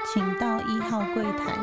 请到1号柜台。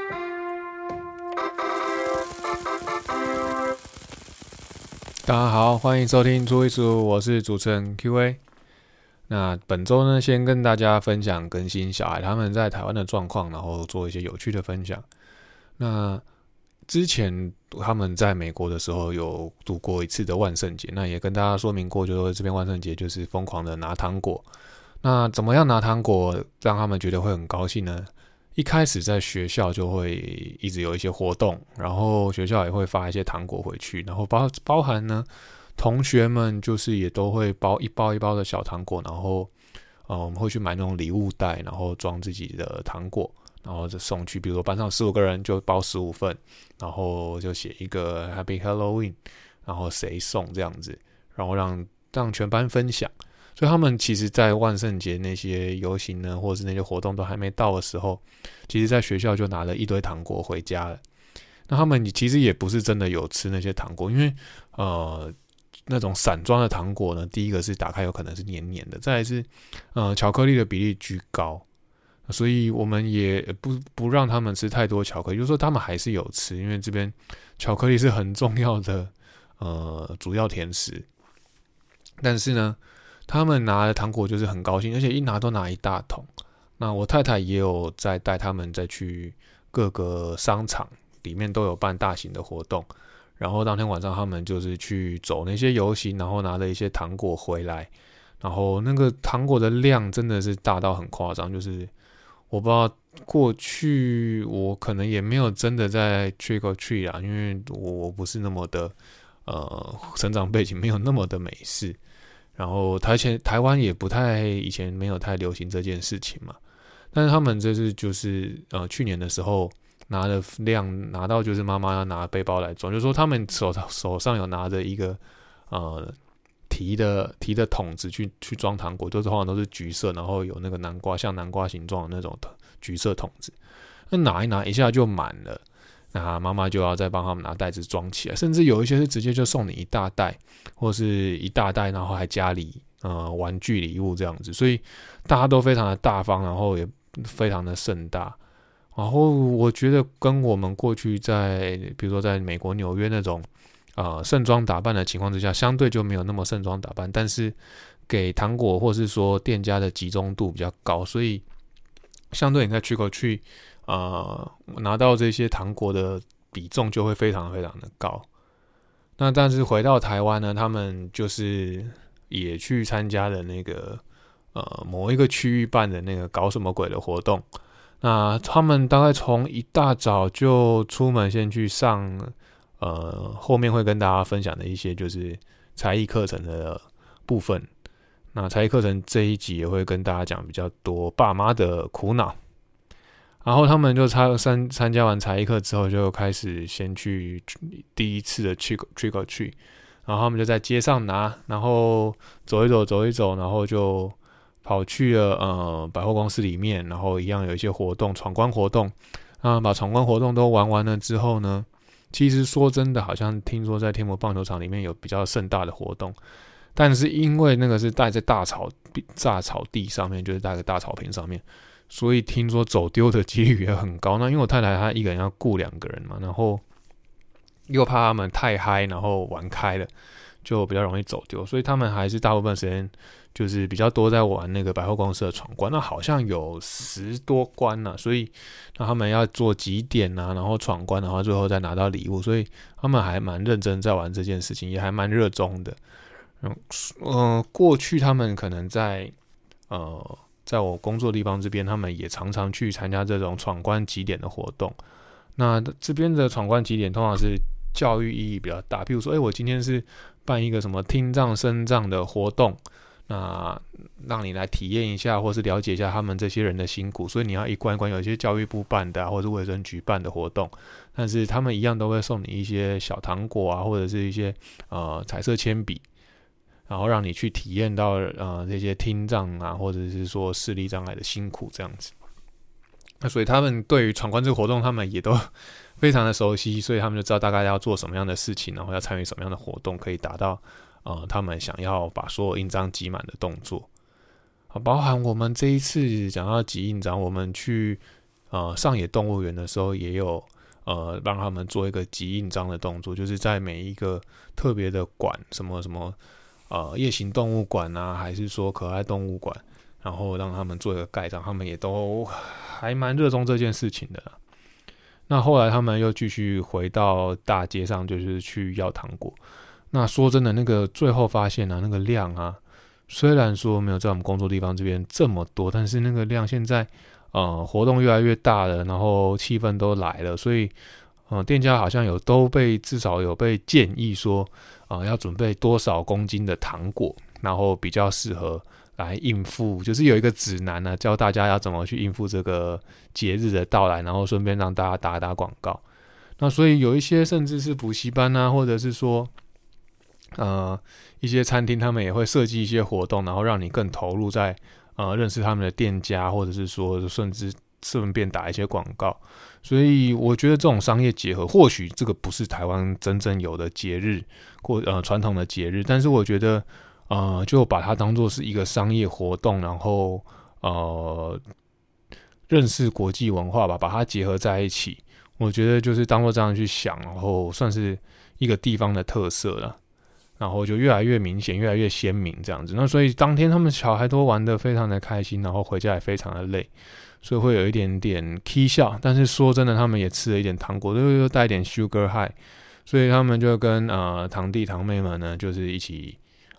大家好，欢迎收听出一出，我是主持人 QA。那本周呢，先跟大家分享更新小孩他们在台湾的状况，然后做一些有趣的分享。那之前他们在美国的时候有度过一次的万圣节，那也跟大家说明过，就是这边万圣节就是疯狂的拿糖果。那怎么样拿糖果让他们觉得会很高兴呢？一开始在学校就会一直有一些活动，然后学校也会发一些糖果回去，然后包含呢，同学们就是也都会包一包一包的小糖果，然后我们会去买那种礼物袋，然后装自己的糖果，然后就送去，比如说班上15个人就包15份，然后就写一个 Happy Halloween， 然后谁送这样子，然后让全班分享。所以他们其实在万圣节那些游行呢，或者是那些活动都还没到的时候，其实在学校就拿了一堆糖果回家了。那他们其实也不是真的有吃那些糖果，因为那种散装的糖果呢，第一个是打开有可能是黏黏的，再来是巧克力的比例居高，所以我们也不让他们吃太多巧克力，就是说他们还是有吃，因为这边巧克力是很重要的主要甜食。但是呢，他们拿的糖果就是很高兴，而且一拿都拿一大桶。那我太太也有在带他们再去各个商场，里面都有办大型的活动。然后当天晚上他们就是去走那些游行，然后拿了一些糖果回来。然后那个糖果的量真的是大到很夸张，就是我不知道过去我可能也没有真的在 trick or treat 啦，因为我不是那么的成长背景没有那么的美式。然后台湾也以前没有太流行这件事情嘛，但是他们这次就是去年的时候拿的量拿到就是妈妈要拿背包来装，就是说他们手上有拿着一个提的桶子去装糖果，就是通常都是橘色，然后有那个像南瓜形状的那种橘色桶子，那拿一拿一下就满了。那妈妈就要再帮他们拿袋子装起来，甚至有一些是直接就送你一大袋，或是一大袋，然后还加玩具礼物这样子，所以大家都非常的大方，然后也非常的盛大。然后我觉得跟我们过去比如说在美国纽约那种盛装打扮的情况之下，相对就没有那么盛装打扮，但是给糖果或是说店家的集中度比较高，所以相对你在trick or treat拿到这些糖果的比重就会非常非常的高。那但是回到台湾呢，他们就是也去参加了那个某一个区域办的那个搞什么鬼的活动。那他们大概从一大早就出门先去上后面会跟大家分享的一些就是才艺课程的部分。那才艺课程这一集也会跟大家讲比较多爸妈的苦恼。然后他们就参加完才艺课之后，就开始先去第一次的 trick or treat， 然后他们就在街上拿，然后走一走，然后就跑去了百货公司里面，然后一样有一些活动，闯关活动。把闯关活动都玩完了之后呢，其实说真的，好像听说在天母棒球场里面有比较盛大的活动，但是因为那个是戴在大草地上面，就是在个大草坪上面。所以听说走丢的几率也很高。那因为我太太她一个人要顾2个人嘛，然后又怕他们太嗨，然后玩开了，就比较容易走丢。所以他们还是大部分时间就是比较多在玩那个百货公司的闯关。那好像有10多关呢，所以那他们要做几点啊，然后闯关，然后最后再拿到礼物。所以他们还蛮认真在玩这件事情，也还蛮热衷的。过去他们可能在我工作的地方这边，他们也常常去参加这种闯关集点的活动。那这边的闯关集点通常是教育意义比较大，譬如说，我今天是办一个什么听障身障的活动，那让你来体验一下，或是了解一下他们这些人的辛苦，所以你要一关一关，有一些教育部办的或者是卫生局办的活动，但是他们一样都会送你一些小糖果啊，或者是一些彩色铅笔。然后让你去体验到这些听障啊，或者是说视力障碍的辛苦这样子。那所以他们对于闯关这个活动，他们也都非常的熟悉，所以他们就知道大概要做什么样的事情，然后要参与什么样的活动，可以达到他们想要把所有印章集满的动作。 包含我们这一次讲到集印章，我们去上野动物园的时候，也有让他们做一个集印章的动作，就是在每一个特别的馆，什么夜行动物馆啊，还是说可爱动物馆，然后让他们做一个盖章，他们也都还蛮热衷这件事情的啦。那后来他们又继续回到大街上，就是去要糖果。那说真的，那个最后发现啊，那个量啊，虽然说没有在我们工作地方这边这么多，但是那个量现在活动越来越大了，然后气氛都来了，所以店家好像至少有被建议说要准备多少公斤的糖果，然后比较适合来应付，就是有一个指南啊，教大家要怎么去应付这个节日的到来，然后顺便让大家打打广告。那所以有一些甚至是补习班啊，或者是说一些餐厅，他们也会设计一些活动，然后让你更投入在认识他们的店家，或者是说甚至顺便打一些广告。所以我觉得这种商业结合，或许这个不是台湾真正有的节日或传统的节日，但是我觉得就把它当作是一个商业活动，然后认识国际文化吧，把它结合在一起。我觉得就是当作这样去想，然后算是一个地方的特色了，然后就越来越明显，越来越鲜明这样子。那所以当天他们小孩都玩得非常的开心，然后回家也非常的累，所以会有一点点起笑。但是说真的，他们也吃了一点糖果，又带一点 sugar high， 所以他们就跟堂弟堂妹们呢，就是一起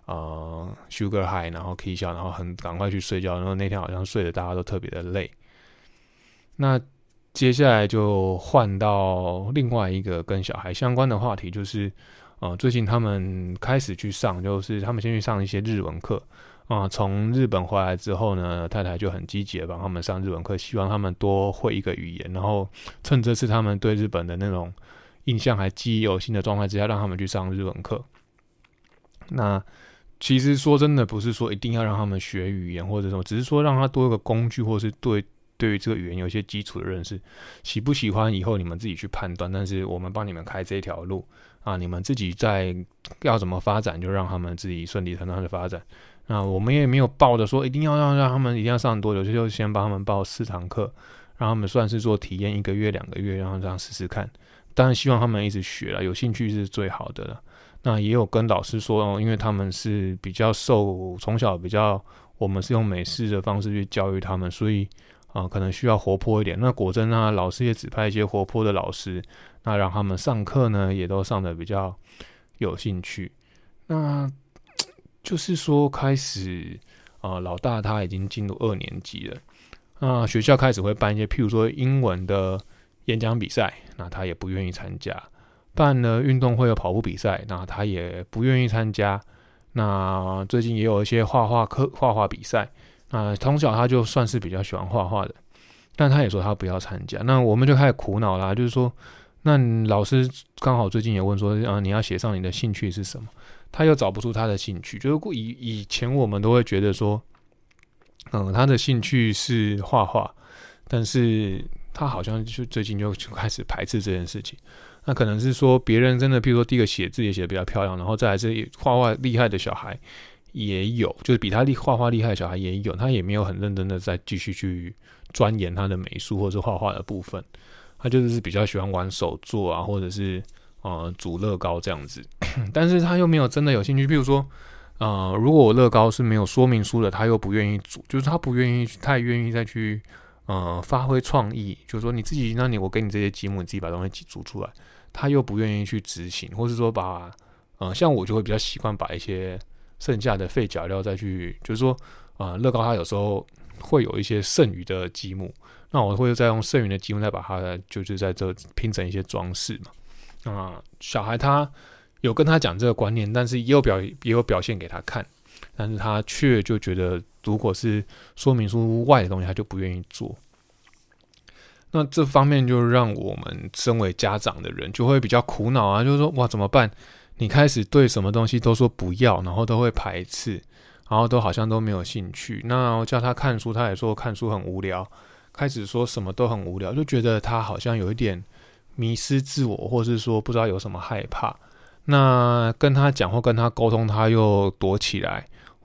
sugar high， 然后起笑，然后赶快去睡觉。然后那天好像睡得大家都特别的累。那接下来就换到另外一个跟小孩相关的话题，就是最近他们开始去上，就是他们先去上一些日文课从日本回来之后呢，太太就很积极的帮他们上日文课，希望他们多会一个语言，然后趁这次他们对日本的那种印象还记忆犹新的状态之下，让他们去上日文课。那其实说真的，不是说一定要让他们学语言或者什么，只是说让他多一个工具，或是对于这个语言有一些基础的认识，喜不喜欢以后你们自己去判断，但是我们帮你们开这条路你们自己在要怎么发展，就让他们自己顺理成章的发展。那我们也没有抱着说一定要让他们一定要上多久，就先帮他们报4堂课，让他们算是做体验1个月2个月，让他们这样试试看。当然希望他们一直学啦，有兴趣是最好的了。那也有跟老师说因为他们是比较从小我们是用美式的方式去教育他们，所以可能需要活泼一点。那果真老师也指派一些活泼的老师，那让他们上课呢也都上得比较有兴趣。那就是说开始老大他已经进入2年级了，那学校开始会办一些譬如说英文的演讲比赛，那他也不愿意参加。办了运动会有跑步比赛，那他也不愿意参加。那最近也有一些画画比赛，那从小他就算是比较喜欢画画的，但他也说他不要参加。那我们就开始苦恼啦，就是说那老师刚好最近也问说你要写上你的兴趣是什么，他又找不出他的兴趣。就是以前我们都会觉得说他的兴趣是画画，但是他好像就最近就开始排斥这件事情。那可能是说别人真的譬如说第一个写字也写得比较漂亮，然后再来是画画厉害的小孩也有，就是比他画画厉害的小孩也有，他也没有很认真的再继续去钻研他的美术或是画画的部分，他就是比较喜欢玩手作啊，或者是煮乐高这样子。但是他又没有真的有兴趣，譬如说如果我乐高是没有说明书的，他又不愿意煮，就是他不愿意太愿意再去发挥创意，就是说你自己，我给你这些积木，你自己把东西煮出来，他又不愿意去执行，或是说像我就会比较习惯把一些剩下的废脚料再去，就是说乐高它有时候会有一些剩余的积木，那我会再用剩余的积木再把它就是在这拼成一些装饰嘛。小孩他有跟他讲这个观念，但是也有表现给他看，但是他却就觉得如果是说明书外的东西他就不愿意做。那这方面就让我们身为家长的人就会比较苦恼啊，就是说哇怎么办，你开始对什么东西都说不要，然后都会排斥，然后都好像都没有兴趣。那叫他看书他也说看书很无聊，开始说什么都很无聊，就觉得他好像有一点迷失自我，或是说不知道有什么害怕。那跟他讲或跟他沟通他又躲起来，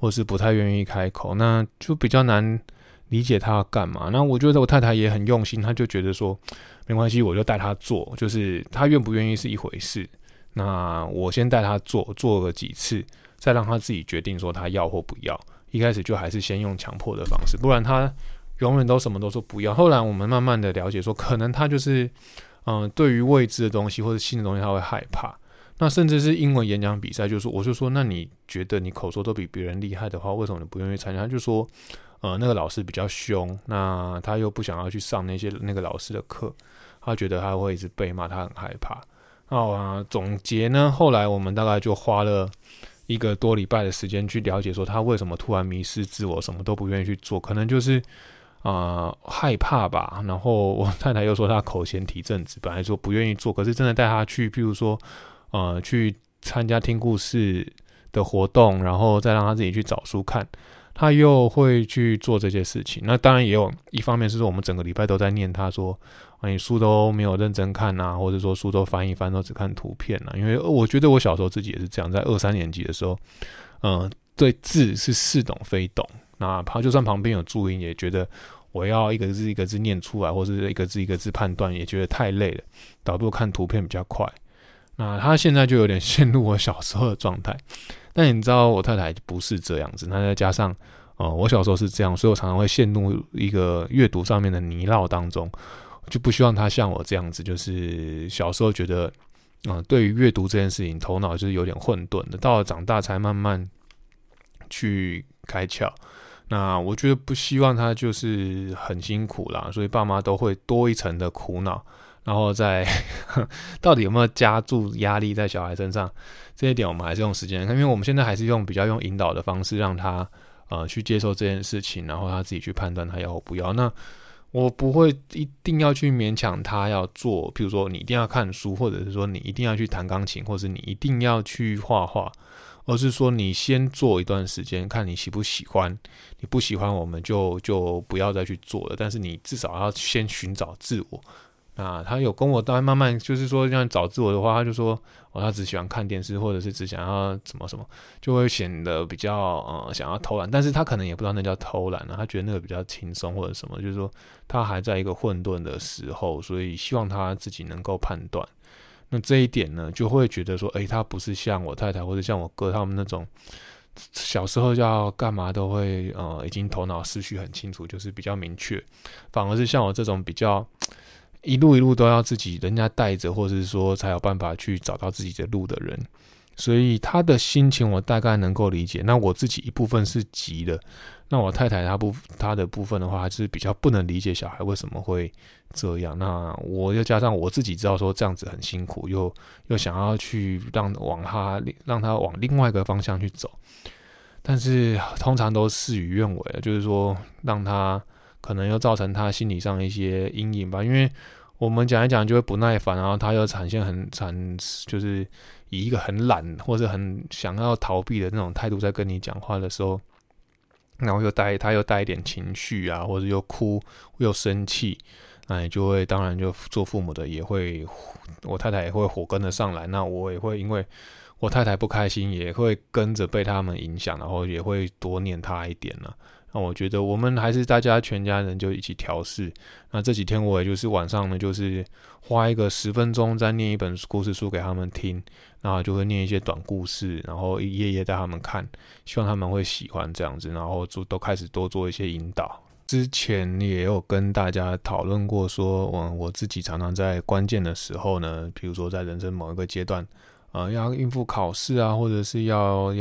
或是不太愿意开口，那就比较难理解他要干嘛。那我觉得我太太也很用心，她就觉得说没关系，我就带他做，就是他愿不愿意是一回事，那我先带他做个几次，再让他自己决定说他要或不要。一开始就还是先用强迫的方式，不然他永远都什么都说不要。后来我们慢慢的了解说，可能他就是对于未知的东西或者新的东西他会害怕。那甚至是英文演讲比赛，我就说，那你觉得你口说都比别人厉害的话，为什么你不愿意参加？他就说，那个老师比较凶，那他又不想要去上那个老师的课，他觉得他会一直被骂，他很害怕。总结呢，后来我们大概就花了1个多礼拜的时间去了解说他为什么突然迷失自我，什么都不愿意去做，可能就是害怕吧。然后我太太又说她口嫌体正直，本来说不愿意做，可是真的带她去，譬如说去参加听故事的活动，然后再让她自己去找书看，她又会去做这些事情。那当然也有一方面是说我们整个礼拜都在念她说你书都没有认真看啊，或者说书都翻一翻都只看图片啊。因为我觉得我小时候自己也是这样，在2、3年级的时候对字是似懂非懂，那就算旁边有注音也觉得我要一个字一个字念出来，或是一个字一个字判断也觉得太累了，倒不如看图片比较快。那他现在就有点陷入我小时候的状态，但你知道我太太不是这样子，那再加上我小时候是这样，所以我常常会陷入一个阅读上面的泥淖当中，就不希望他像我这样子，就是小时候觉得对于阅读这件事情头脑就是有点混沌的，到了长大才慢慢去开窍。那我觉得不希望他就是很辛苦啦，所以爸妈都会多一层的苦恼，然后再到底有没有加注压力在小孩身上，这一点我们还是用时间看，因为我们现在还是比较用引导的方式让他去接受这件事情，然后他自己去判断他要或不要。那我不会一定要去勉强他要做，譬如说你一定要看书，或者是说你一定要去弹钢琴，或者是你一定要去画画，而是说你先做一段时间，看你喜不喜欢，你不喜欢我们就不要再去做了，但是你至少要先寻找自我。那他有跟我大概慢慢就是说这样找自我的话，他就说他只喜欢看电视，或者是只想要什么什么，就会显得比较想要偷懒，但是他可能也不知道那叫偷懒他觉得那个比较轻松或者什么，就是说他还在一个混沌的时候，所以希望他自己能够判断。那这一点呢，就会觉得说他不是像我太太或者像我哥他们那种小时候要干嘛都会已经头脑思绪很清楚，就是比较明确，反而是像我这种比较一路一路都要自己人家带着，或者是说才有办法去找到自己的路的人，所以他的心情我大概能够理解。那我自己一部分是急的，那我太太她的部分的话，就是比较不能理解小孩为什么会这样。那我又加上我自己知道说这样子很辛苦，又想要去让他往另外一个方向去走，但是通常都事与愿违，就是说让他可能又造成他心理上一些阴影吧，因为我们讲一讲就会不耐烦，然后他又就是以一个很懒或者很想要逃避的那种态度在跟你讲话的时候，然后他又带一点情绪啊，或者又哭又生气，那你就会当然就做父母的也会，我太太也会火跟得上来，那我也会因为我太太不开心，也会跟着被他们影响，然后也会多念他一点啦。那我觉得我们还是大家全家人就一起调试。那这几天我也就是晚上呢，就是花一个10分钟再念一本故事书给他们听，然后就会念一些短故事，然后一页页带他们看，希望他们会喜欢这样子，然后都开始多做一些引导。之前也有跟大家讨论过说，我自己常常在关键的时候呢，比如说在人生某一个阶段，要应付考试啊，或者是要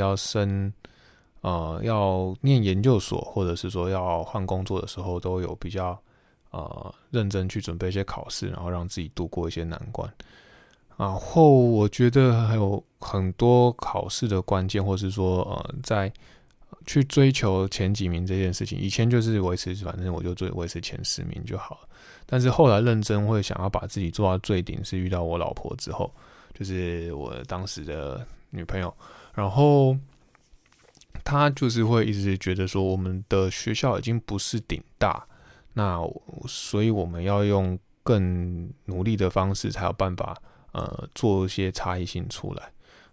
念研究所，或者是说要换工作的时候，都有比较认真去准备一些考试，然后让自己度过一些难关。然后我觉得还有很多考试的关键，或是说在去追求前几名这件事情，以前就是反正我就维持前10名就好了。但是后来认真会想要把自己做到最顶，是遇到我老婆之后，就是我当时的女朋友，然后他就是会一直觉得说我们的学校已经不是顶大，那所以我们要用更努力的方式才有办法做一些差异性出来。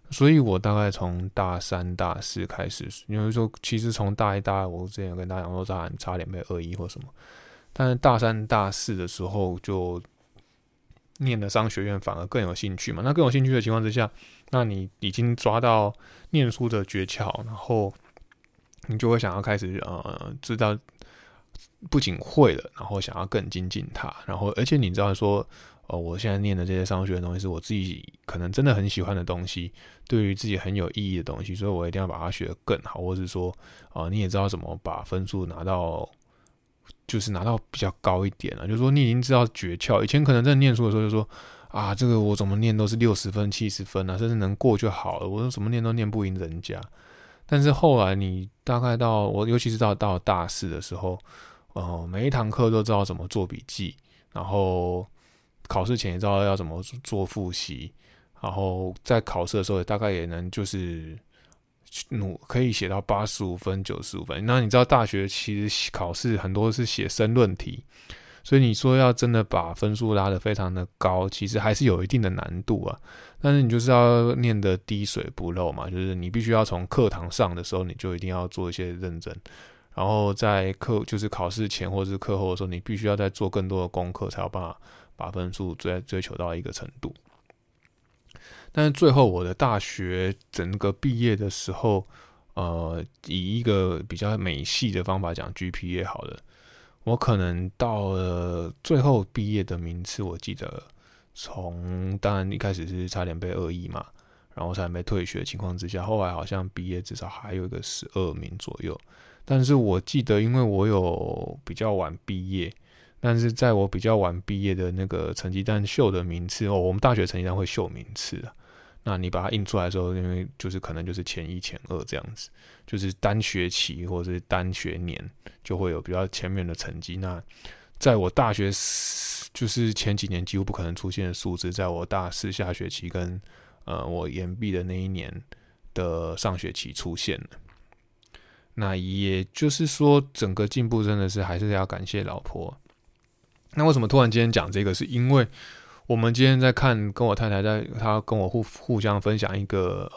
所以我大概从大三、大四开始，因为说其实从大一、大二，我之前有跟大家讲说差点被2-1或什么，但是大三、大四的时候就念的商学院反而更有兴趣嘛。那更有兴趣的情况之下，那你已经抓到念书的诀窍，然后你就会想要开始知道，不仅会了，然后想要更精进它，然后而且你知道说，我现在念的这些商学的东西是我自己可能真的很喜欢的东西，对于自己很有意义的东西，所以我一定要把它学得更好，或是说，你也知道怎么把分数拿到比较高一点啊，就是说你已经知道诀窍。以前可能在念书的时候就说啊，这个我怎么念都是60分、70分啊，甚至能过就好了，我怎么念都念不赢人家。但是后来你大概尤其是到大四的时候，每一堂课都知道怎么做笔记，然后考试前也知道要怎么做复习，然后在考试的时候大概也能就是可以写到85分、95分。那你知道大学其实考试很多是写申论题，所以你说要真的把分数拉得非常的高，其实还是有一定的难度啊。但是你就是要念得滴水不漏嘛，就是你必须要从课堂上的时候，你就一定要做一些认真，然后在就是考试前或者是课后的时候，你必须要再做更多的功课，才有办法把分数追求到一个程度。但是最后我的大学整个毕业的时候，以一个比较美系的方法讲 GPA 好了，我可能到了最后毕业的名次，我记得当然一开始是差点被2-1嘛，然后差点被退学的情况之下，后来好像毕业至少还有一个12名左右。但是我记得，因为我有比较晚毕业，但是在我比较晚毕业的那个成绩单秀的名次，我们大学成绩单会秀名次啊。那你把它印出来的时候，因为就是可能就是前1、前2这样子，就是单学期或者是单学年就会有比较前面的成绩。那在我大学就是前几年几乎不可能出现的数字，在我大4下学期跟我延毕的那一年的上学期出现了。那也就是说，整个进步真的是还是要感谢老婆。那为什么突然今天讲这个？是因为我们今天在看，跟我太太她跟我互相分享一个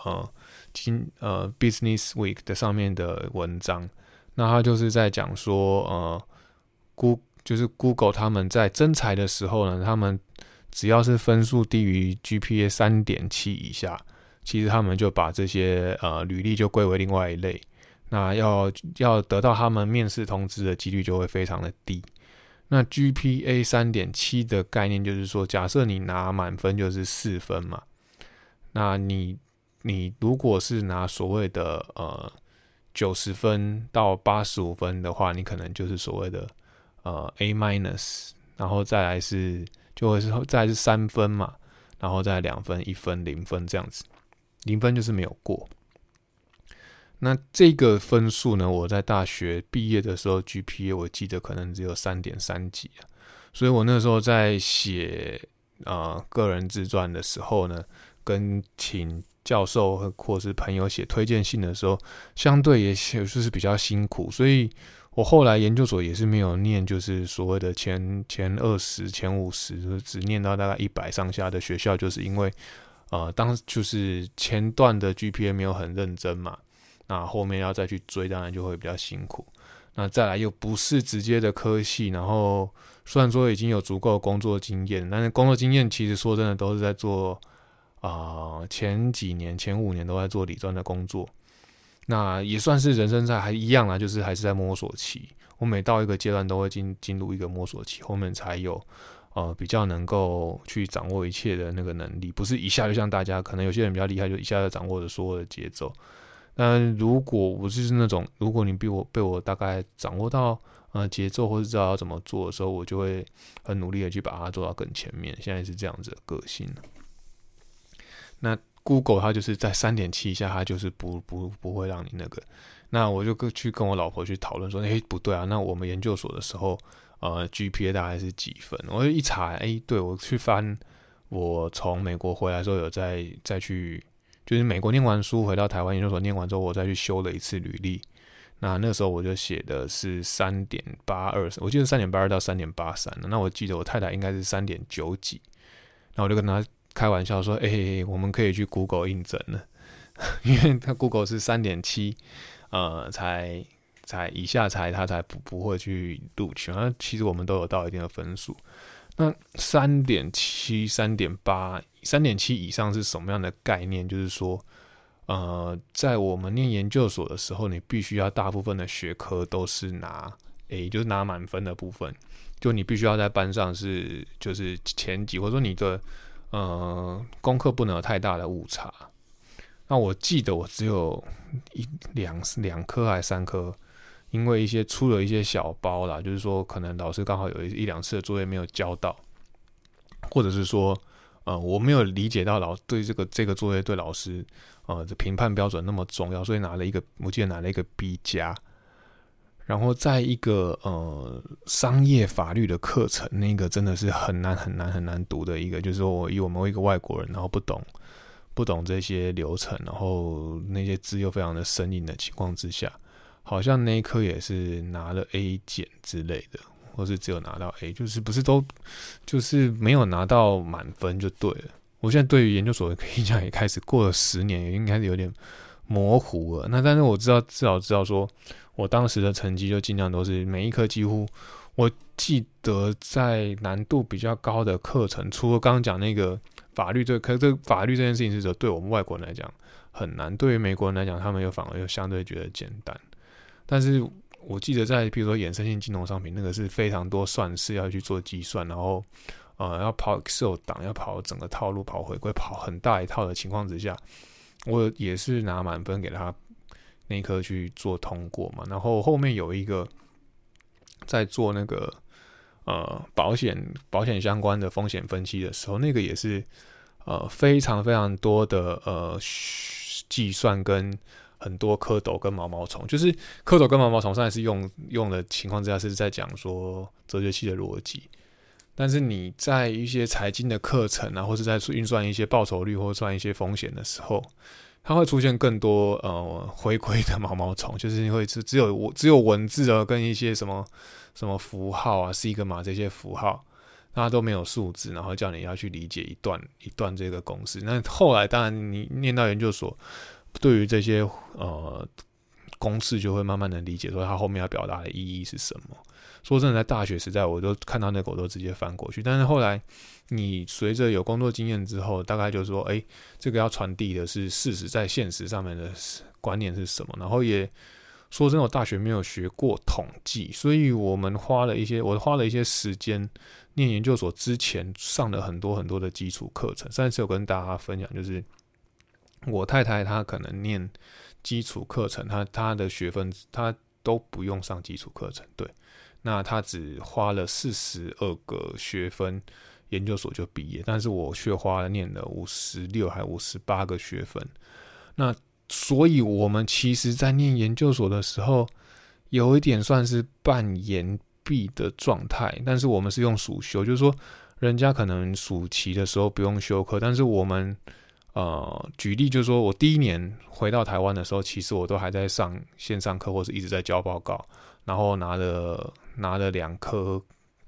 Business Week 的上面的文章。那他就是在讲说就是 Google 他们在征才的时候呢，他们只要是分数低于 GPA 3.7 以下，其实他们就把这些履历就归为另外一类。那要得到他们面试通知的几率就会非常的低。那 GPA 3.7 的概念就是说，假设你拿满分就是4分嘛，那你如果是拿所谓的90分到85分的话，你可能就是所谓的A-， 然后再来是3分嘛，然后再2分、1分、0分这样子，0分就是没有过。那这个分数呢，我在大学毕业的时候 GPA 我记得可能只有 3.3 几啊，所以我那时候在写个人自传的时候呢，跟请教授或是朋友写推荐信的时候，相对也就是比较辛苦，所以我后来研究所也是没有念就是所谓的前20、前50，只念到大概100上下的学校，就是因为当就是前段的 GPA 没有很认真嘛。那后面要再去追，当然就会比较辛苦。那再来又不是直接的科系，然后虽然说已经有足够的工作经验，但是工作经验其实说真的都是在做前几年、前5年都在做理专的工作。那也算是人生在还一样啦，就是还是在摸索期。我每到一个阶段都会进入一个摸索期，后面才有比较能够去掌握一切的那个能力，不是一下就像大家可能有些人比较厉害，就一下就掌握了所有的节奏。但如果我就是那种，如果你被我大概掌握到节奏或是知道要怎么做的时候，我就会很努力的去把它做到更前面。现在是这样子的个性。那 Google 它就是在 3.7 以下，它就是不会让你那个。那我就去跟我老婆去讨论说，不对啊，那我们研究所的时候GPA 大概是几分？我就一查，对，我去翻我从美国回来的时候有再去。就是美国念完书回到台湾研究所念完之后，我再去修了一次履历。那个时候我就写的是 3.82， 我记得 3.82 到 3.83。那我记得我太太应该是 3.9 几。那我就跟她开玩笑说，我们可以去 Google 应征了。 因为它 Google 是3.7，才以下它才不会去录取。那其实我们都有到一定的分数。那3.7、3.8、3.7以上是什么样的概念？就是说，在我们念研究所的时候，你必须要大部分的学科都是拿 A， 就是拿满分的部分。就你必须要在班上就是前几，或者说你的功课不能有太大的误差。那我记得我只有两科还3科，因为出了一些小包啦，就是说可能老师刚好有1、2次的作业没有交到，或者是说我没有理解到对这个作业对老师的评判标准那么重要，所以我记得拿了一个 B 加。然后在一个商业法律的课程，那个真的是很难读的一个，就是说我们一个外国人，然后不懂这些流程，然后那些字又非常的生硬的情况之下，好像那一科也是拿了 A 减之类的，或是只有拿到 A， 就是不是都就是没有拿到满分就对了。我现在对于研究所的印象也开始过了10年，也应该是有点模糊了。那但是我至少知道说，我当时的成绩就尽量都是每一科几乎，我记得在难度比较高的课程，除了刚刚讲那个法律可是这法律这件事情是对我们外国人来讲很难，对于美国人来讲，他们反而又相对觉得简单。但是我记得在比如说衍生性金融商品，那个是非常多算式要去做计算，然后要跑 Excel 档，要跑整个套路，跑回归，跑很大一套的情况之下，我也是拿满分给他那一科去做通过嘛。然后后面有一个在做那个保险相关的风险分析的时候，那个也是非常非常多的计算跟很多蝌蚪跟毛毛虫，就是蝌蚪跟毛毛虫上来是用的情况之下是在讲说哲学系的逻辑，但是你在一些财经的课程啊，或是在运算一些报酬率或算一些风险的时候，它会出现更多回归的毛毛虫，就是会只有文字的跟一些什么符号啊、西格玛这些符号，它都没有数字，然后叫你要去理解一段这个公式。那后来当然你念到研究所，对于这些公式就会慢慢的理解说它后面要表达的意义是什么。说真的，在大学时代我都看到那个我都直接翻过去，但是后来你随着有工作经验之后，大概就是说这个要传递的是事实，在现实上面的观念是什么。然后也说真的，我大学没有学过统计，所以我花了一些时间念研究所之前上了很多很多的基础课程。上一次有跟大家分享，就是我太太她可能念基础课程，她的学分她都不用上基础课程，对，那她只花了42个学分，研究所就毕业，但是我却念了56还58个学分。那所以我们其实在念研究所的时候，有一点算是半延毕的状态，但是我们是用暑修，就是说人家可能暑期的时候不用修课，但是我们举例就是说我第1年回到台湾的时候，其实我都还在上线上课，或是一直在交报告，然后拿了2科，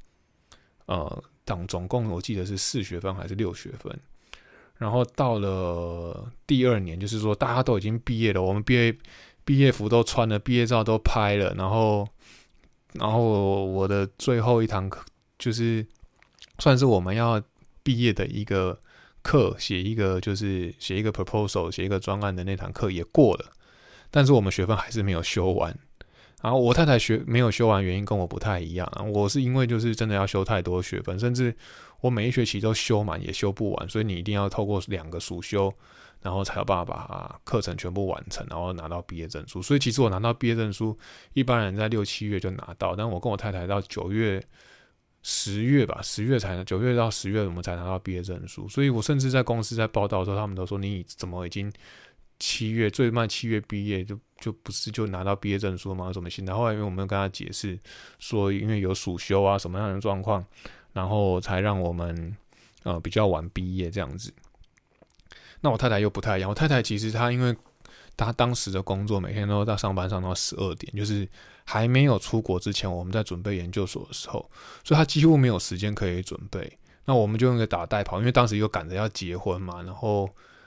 总共我记得是4学分还是6学分。然后到了第2年，就是说大家都已经毕业了，我们毕业服都穿了，毕业照都拍了，然后我的最后一堂课就是算是我们要毕业的一个课，写一个 proposal， 写一个专案的那堂课也过了，但是我们学分还是没有修完。然后我太太没有修完原因跟我不太一样，我是因为就是真的要修太多学分，甚至我每一学期都修满也修不完，所以你一定要透过2个暑修，然后才有办法把课程全部完成，然后拿到毕业证书。所以其实我拿到毕业证书，一般人在6、7月就拿到，但我跟我太太到9月、10月吧，9月到10月我们才拿到毕业证书。所以我甚至在公司在报道的时候，他们都说你怎么已经最慢7月毕业就不是就拿到毕业证书吗？有什么心态？后来因为我们跟他解释说，因为有暑修啊什么样的状况，然后才让我们比较晚毕业这样子。那我太太又不太一样，我太太其实她因为她当时的工作每天都在上班上到12点，就是还没有出国之前，我们在准备研究所的时候，所以她几乎没有时间可以准备。那我们就用一个打带跑，因为当时又赶着要结婚嘛，然后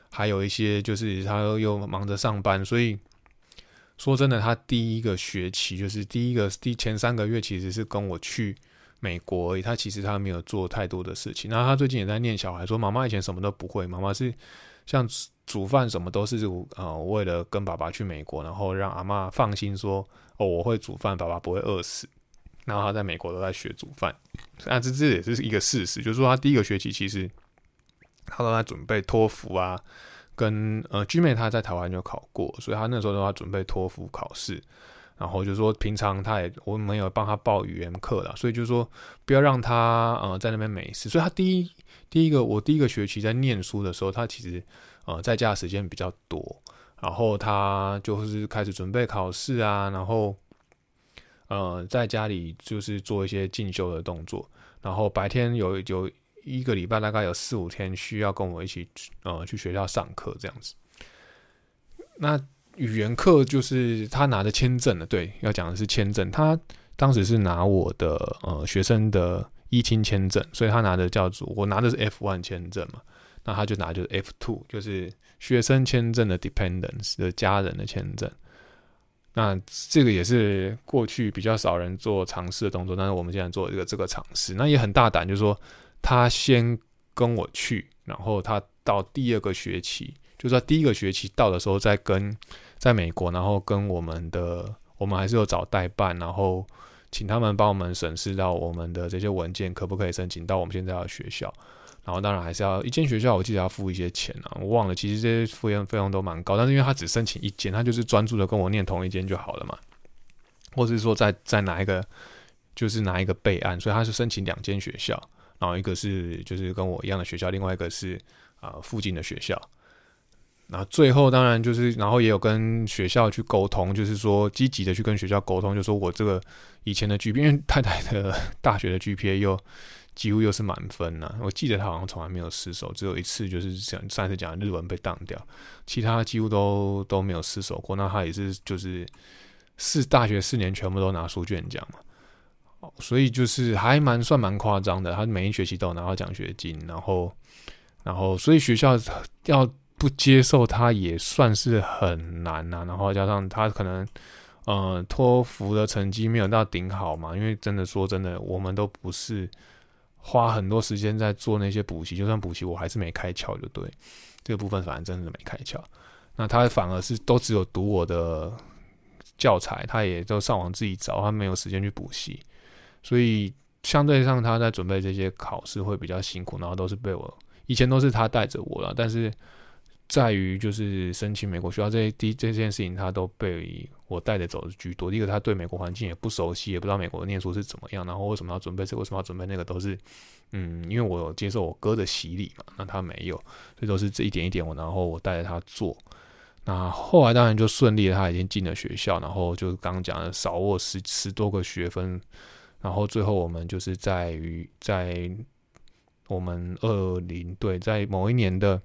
还有一些就是他又忙着上班，所以说真的，他第一个学期就是前3个月其实是跟我去美国而已，其实他没有做太多的事情。那他最近也在念小孩，说妈妈以前什么都不会，妈妈是像煮饭什么都是为了跟爸爸去美国，然后让阿嬷放心说我会煮饭，爸爸不会饿死。然后他在美国都在学煮饭，那这也是一个事实，就是说他第一个学期其实他都在准备托福啊，跟GMAT 他在台湾就考过，所以他那时候都在准备托福考试。然后就是说平常我们有帮他报语言课啦，所以就是说不要让他在那边没事。所以他我第一个学期在念书的时候，他其实在家的时间比较多，然后他就是开始准备考试啊，然后在家里就是做一些进修的动作，然后白天有一个礼拜大概有4-5天需要跟我一起去学校上课这样子。那语言课就是他拿的签证了，对，要讲的是签证。他当时是拿我的学生的依亲签证，所以他拿的我拿的是 F1 签证嘛，那他就拿就是 F2，就是学生签证的 dependents 的家人的签证。那这个也是过去比较少人做尝试的动作，但是我们现在做这个尝试，那也很大胆，就是说他先跟我去，然后他到第2个学期，就是他第1个学期到的时候在美国，然后跟我们还是有找代办，然后请他们帮我们审视到我们的这些文件可不可以申请到我们现在的学校。然后当然还是要一间学校，我记得要付一些钱啊，我忘了，其实这些费用都蛮高，但是因为他只申请一间，他就是专注的跟我念同一间就好了嘛，或是说再拿一个备案，所以他是申请2间学校，然后一个是就是跟我一样的学校，另外一个是附近的学校。然后最后当然就是然后也有跟学校去沟通，就是说积极的去跟学校沟通，就说我这个以前的 GPA， 因为太太的大学的 GPA 几乎又是满分啊，我记得他好像从来没有失手，只有一次就是上一次讲日文被当掉，其他几乎都没有失手过。那他也是就是大学4年全部都拿书卷奖嘛，所以就是还算蛮夸张的。他每一学期都有拿到奖学金，然后所以学校要不接受他也算是很难啊。然后加上他可能托福的成绩没有到顶好嘛，因为说真的，我们都不是花很多时间在做那些补习，就算补习我还是没开窍，就对这个部分反正真的没开窍。那他反而是都只有读我的教材，他也都上网自己找，他没有时间去补习，所以相对上他在准备这些考试会比较辛苦，然后都是以前都是他带着我啦，但是在于就是申请美国学校这件事情，他都被我带着走的居多。第一个，他对美国环境也不熟悉，也不知道美国的念书是怎么样，然后为什么要准备这个，为什么要准备那个，都是因为我有接受我哥的洗礼嘛，那他没有，所以都是这一点一点然后我带着他做。那后来当然就顺利了，他已经进了学校，然后就刚刚讲的少握10多个学分，然后最后我们就是在我们在某一年的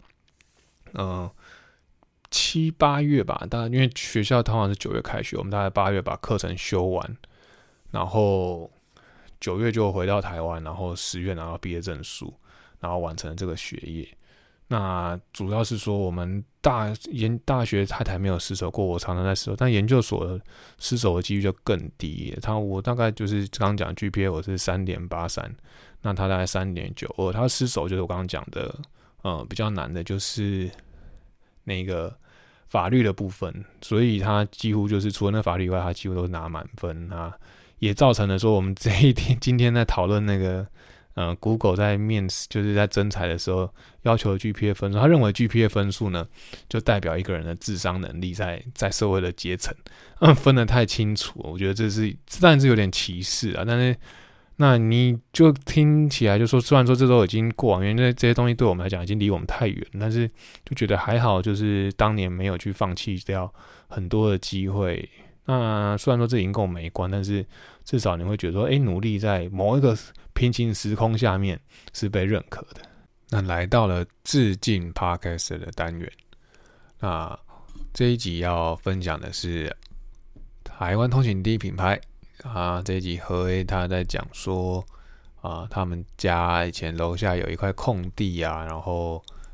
7、8月吧，大概因为学校通常是9月开学，我们大概8月把课程修完，然后9月就回到台湾，然后10月拿到毕业证书，然后完成了这个学业。那主要是说我们大学太没有失手过，我常常在失手，但研究所的失手的几率就更低。我大概就是刚刚讲 GPA 我是 3.83， 那他大概 3.92， 他失手就是我刚刚讲的比较难的就是那个法律的部分，所以他几乎就是除了那法律以外，他几乎都拿满分啊，也造成了说我们今天在讨论那个Google 在面试就是在征才的时候要求的 GPA 分数，他认为 GPA 分数呢就代表一个人的智商能力在社会的阶层，分得太清楚，我觉得这当然是有点歧视啊，但是那你就听起来就说，虽然说这都已经过往，因为这些东西对我们来讲已经离我们太远，但是就觉得还好，就是当年没有去放弃掉很多的机会。那虽然说这已经跟我没关，但是至少你会觉得说，努力在某一个平行时空下面是被认可的。那来到了致敬 Podcast 的单元，那这一集要分享的是台湾通勤第一品牌。这一集何 A 他在讲说他们家以前楼下有一块空地啊，然后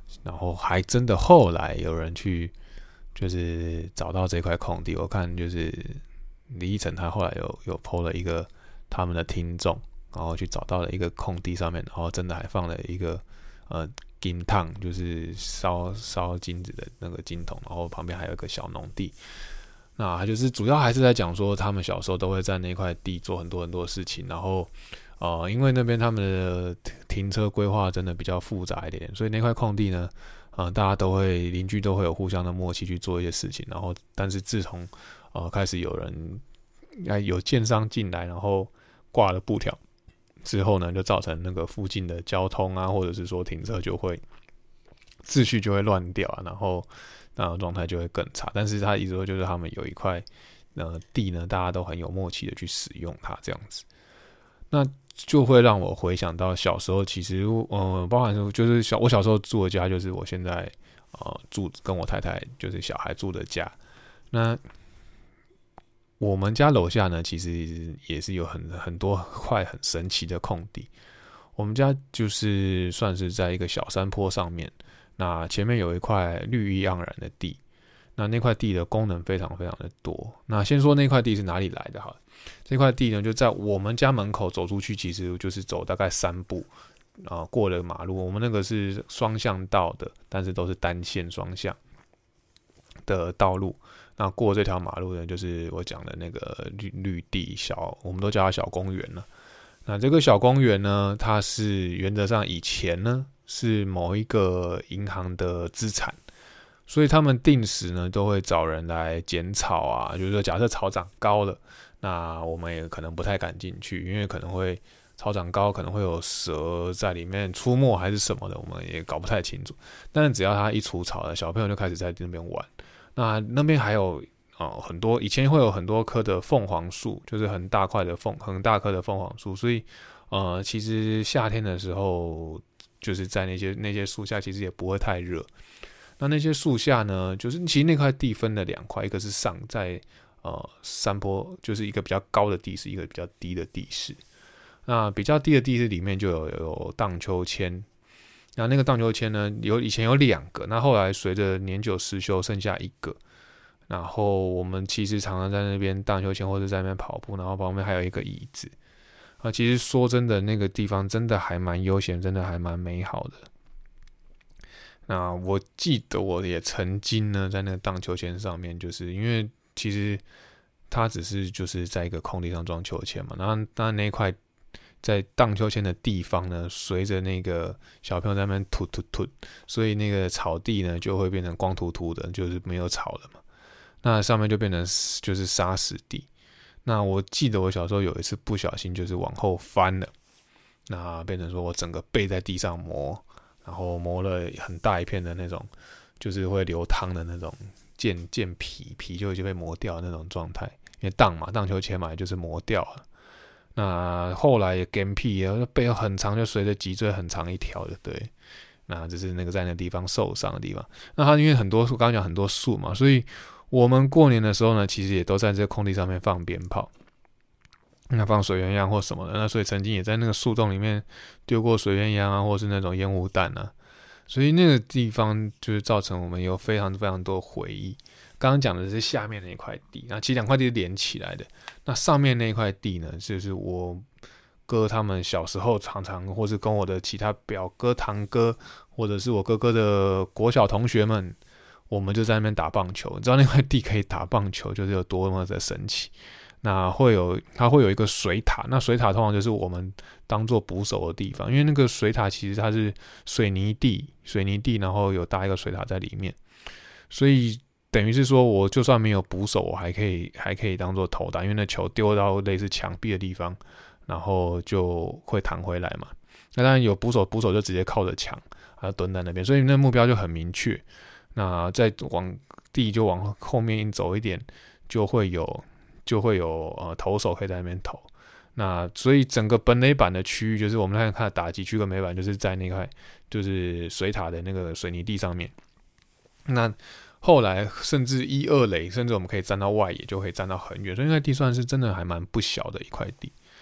然后还真的后来有人去就是找到这块空地，我看就是李依晨他后来有 po 了一个他们的听众，然后去找到了一个空地上面，然后真的还放了一个金桶，就是烧金子的那个金桶，然后旁边还有一个小农地。那他就是主要还是在讲说，他们小时候都会在那块地做很多很多事情，然后因为那边他们的停车规划真的比较复杂一点，所以那块空地呢，大家都会邻居都会有互相的默契去做一些事情，然后但是自从开始有人有建商进来，然后挂了布条之后呢，就造成那个附近的交通啊，或者是说停车就会秩序就会乱掉啊，然后状态就会更差。但是他意思说就是他们有一块地呢，大家都很有默契的去使用它这样子，那就会让我回想到小时候，其实包含说就是我小时候住的家，就是我现在住跟我太太就是小孩住的家。那我们家楼下呢，其实也是有很多块很神奇的空地。我们家就是算是在一个小山坡上面，那前面有一块绿意盎然的地，那块地的功能非常非常的多。那先说那块地是哪里来的好了，这块地呢就在我们家门口走出去，其实就是走大概3步过了马路。我们那个是双向道的，但是都是单线双向的道路。那过这条马路呢，就是我讲的那个绿地我们都叫它小公园了。那这个小公园呢，它是原则上以前呢是某一个银行的资产，所以他们定时呢都会找人来剪草啊，就是说假设草长高了，那我们也可能不太敢进去，因为可能会草长高，可能会有蛇在里面出没还是什么的，我们也搞不太清楚。但是只要它一除草了，小朋友就开始在那边玩。那边还有很多，以前会有很多棵的凤凰树，就是很大棵的凤凰树，所以其实夏天的时候，就是在那些树下，其实也不会太热。那些树下呢，就是其实那块地分了2块，一个是在山坡，就是一个比较高的地势，一个比较低的地势。那比较低的地势里面就有荡秋千。那个荡秋千呢，以前有2个，那后来随着年久失修，剩下1个。然后我们其实常常在那边荡秋千，或者在那边跑步，然后旁边还有一个椅子。其实说真的，那个地方真的还蛮悠闲，真的还蛮美好的。那我记得我也曾经呢，在那个荡秋千上面，就是因为其实它只是就是在一个空地上装秋千嘛，然后那一块在荡秋千的地方呢，随着那个小朋友在那边吐，所以那个草地呢就会变成光秃秃的，就是没有草了嘛。那上面就变成就是沙石地。那我记得我小时候有一次不小心就是往后翻了，那变成说我整个背在地上磨，然后磨了很大一片的那种，就是会流汤的那种健皮就已经被磨掉的那种状态。因为荡秋千嘛，就是磨掉了。那后来也干屁，背很长，就随着脊椎很长一条的，对。那这是那个在那个地方受伤的地方。那它因为很多树，刚刚讲很多树嘛，所以我们过年的时候呢，其实也都在这个空地上面放鞭炮，那放水鸳鸯或什么的。那所以曾经也在那个树洞里面丢过水鸳鸯啊，或是那种烟雾弹啊。所以那个地方就是造成我们有非常非常多回忆。刚刚讲的是下面那一块地，那其实2块地是连起来的。那上面那一块地呢，就是我哥他们小时候常常，或是跟我的其他表哥、堂哥，或者是我哥哥的国小同学们，我们就在那边打棒球。你知道那块地可以打棒球，就是有多么的神奇。那它会有一个水塔，那水塔通常就是我们当做捕手的地方，因为那个水塔其实它是水泥地，然后有搭一个水塔在里面，所以等于是说我就算没有捕手，我还可以当做投打，因为那球丢到类似墙壁的地方，然后就会弹回来嘛。那当然有捕手就直接靠着墙，还要蹲在那边，所以那目标就很明确。那再往后面走一点，就会有投手可以在那边投。那所以整个本垒板的区域，就是我们看打击区跟美板，就是在那块就是水塔的那个水泥地上面。那后来甚至1、2垒，甚至我们可以站到外野，就可以站到很远，所以那块地算是真的还蛮不小的一块地。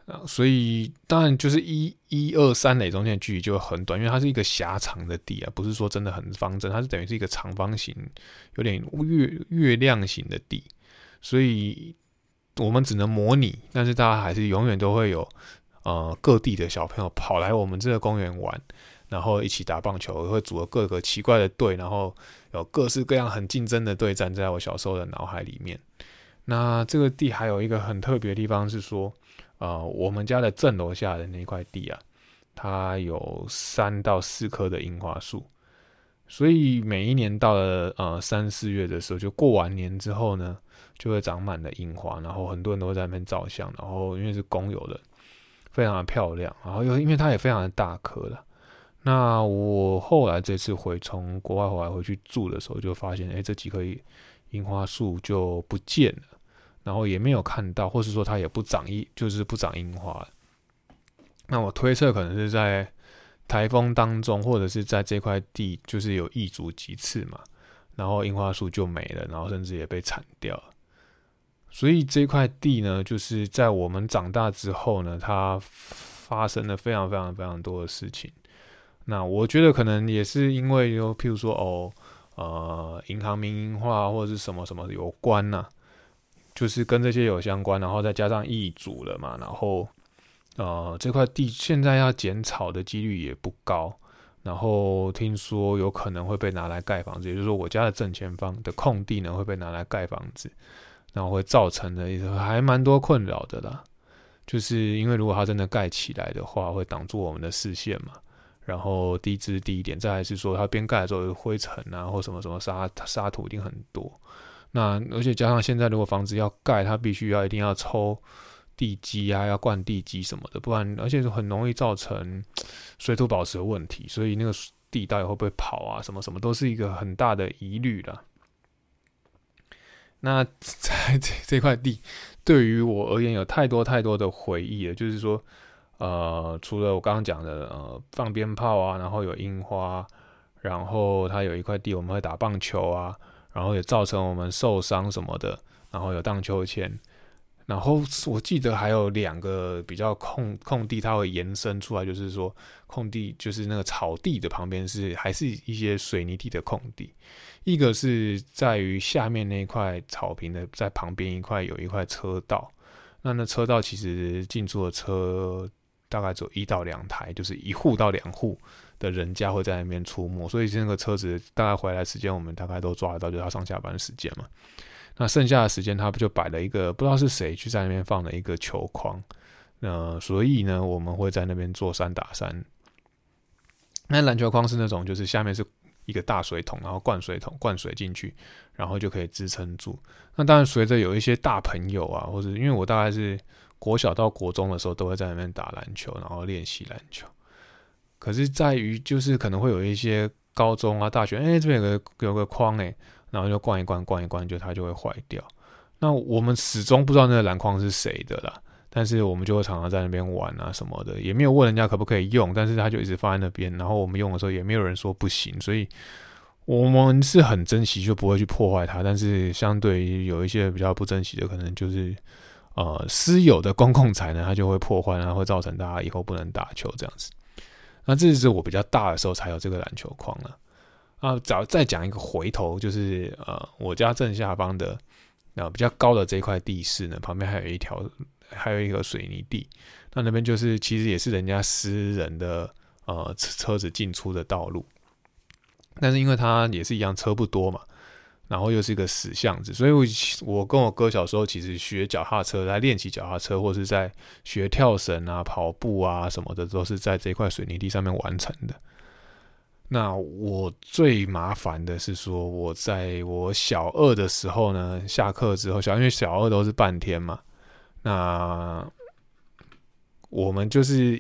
所以当然就是1、2、3垒中间的距离就很短，因为它是一个狭长的地啊，不是说真的很方正，它是等于是一个长方形，有点月亮形的地，所以我们只能模拟，但是大家还是永远都会有各地的小朋友跑来我们这个公园玩，然后一起打棒球，会组了各个奇怪的队，然后有各式各样很竞争的对战，在我小时候的脑海里面。那这个地还有一个很特别的地方是说，我们家的正楼下的那块地啊，它有3到4棵的樱花树，所以每一年到了3、4月的时候，就过完年之后呢，就会长满了樱花，然后很多人都会在那边照相，然后因为是公有的，非常的漂亮，然后因为它也非常的大棵了。那我后来这次从国外回去住的时候，就发现，这几棵樱花树就不见了，然后也没有看到，或是说它也就是不长樱花了。那我推测可能是在台风当中，或者是在这块地就是有易主几次嘛，然后樱花树就没了，然后甚至也被铲掉了。所以这块地呢，就是在我们长大之后呢，它发生了非常非常非常多的事情。那我觉得可能也是因为譬如说银行民营化或者是什么什么有关啊，就是跟这些有相关，然后再加上易主了嘛，然后这块地现在要剪草的几率也不高，然后听说有可能会被拿来盖房子，也就是说我家的正前方的空地呢会被拿来盖房子，然后会造成的还蛮多困扰的啦。就是因为如果它真的盖起来的话，会挡住我们的视线嘛，然后低姿低一点，再来是说它边盖的时候有灰尘啊，或什么什么沙土一定很多。那而且加上现在如果房子要盖，它必须一定要抽地基啊，要灌地基什么的，不然而且很容易造成水土保持的问题，所以那个地到底会不会跑啊，什么什么都是一个很大的疑虑啦。那在这块地对于我而言有太多太多的回忆了，就是说除了我刚刚讲的放鞭炮啊，然后有樱花，然后它有一块地我们会打棒球啊，然后也造成我们受伤什么的，然后有荡秋千，然后我记得还有2个比较空地，它会延伸出来，就是说空地就是那个草地的旁边还是一些水泥地的空地，一个是在于下面那一块草坪的，在旁边有一块车道，那车道其实进出的车大概只有1到2台，就是1户到2户的人家会在那边出没，所以那个车子大概回来时间我们大概都抓得到，就是他上下班的时间嘛。那剩下的时间他就摆了一个不知道是谁去在那边放了一个球框，所以呢我们会在那边做3打3。那篮球框是那种就是下面是一个大水桶，然后灌水进去，然后就可以支撑住。那当然随着有一些大朋友啊，或者因为我大概是国小到国中的时候都会在那边打篮球，然后练习篮球。可是在于就是可能会有一些高中啊大学，这边有个框然后就灌一灌，就它就会坏掉。那我们始终不知道那个篮筐是谁的啦，但是我们就会常常在那边玩啊什么的，也没有问人家可不可以用，但是他就一直放在那边，然后我们用的时候也没有人说不行，所以我们是很珍惜，就不会去破坏它。但是相对于有一些比较不珍惜的，可能就是私有的公共财呢，它就会破坏，然后会造成大家以后不能打球这样子。那这是我比较大的时候才有这个篮球框了。再讲一个回头，就是我家正下方的比较高的这块地势呢，旁边还有一个水泥地，那边就是其实也是人家私人的车子进出的道路，但是因为它也是一样车不多嘛，然后又是一个死巷子，所以我跟我哥小时候其实学脚踏车，在练习脚踏车，或是在学跳绳啊、跑步啊什么的，都是在这块水泥地上面完成的。那我最麻烦的是说，我在我小2的时候呢，下课之后，因为小2都是半天嘛，那我们就是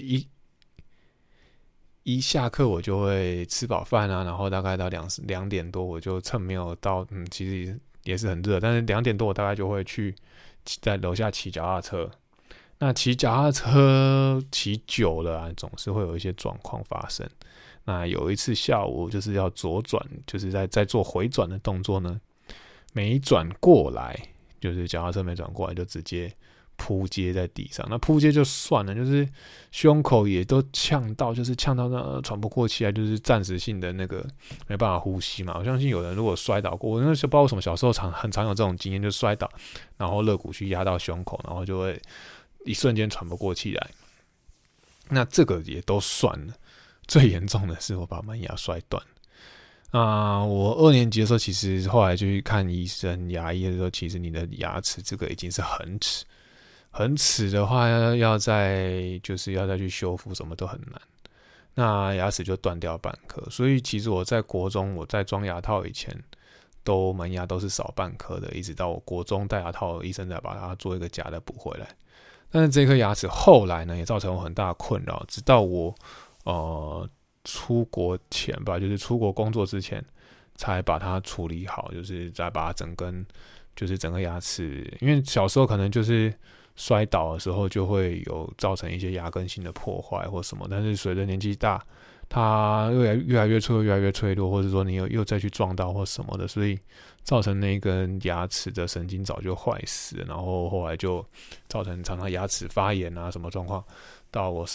一下课我就会吃饱饭啊，然后大概到2点多，我就趁没有到，其实也是很热，但是2点多我大概就会去在楼下骑脚踏车。那骑脚踏车骑久了啊，总是会有一些状况发生。那有一次下午就是要左转，就是在做回转的动作呢，没转过来，就是脚踏车没转过来，就直接扑街在地上。那扑街就算了，就是胸口也都呛到，就是呛到那喘不过气来，就是暂时性的那个没办法呼吸嘛。我相信有人如果摔倒过，我那时候不知道为什么小时候很常有这种经验，就摔倒，然后肋骨去压到胸口，然后就会一瞬间喘不过气来。那这个也都算了，最严重的是我把门牙摔断。我2年级的时候，其实后来就去看医生、牙医的时候，其实你的牙齿这个已经是恒齿的话，要再去修复，什么都很难。那牙齿就断掉半颗，所以其实我在国中我在装牙套以前，门牙都是少半颗的，一直到我国中戴牙套，医生才把它做一个假的补回来。但是这颗牙齿后来呢，也造成我很大的困扰，直到我出国前吧，就是出国工作之前，才把它处理好，就是再把它整个牙齿，因为小时候可能就是摔倒的时候就会有造成一些牙根性的破坏或什么，但是随着年纪大，它越来越脆弱，越来越脆弱，或者说你又再去撞到或什么的，所以造成那根牙齿的神经早就坏死了，然后后来就造成常常牙齿发炎啊什么状况，到我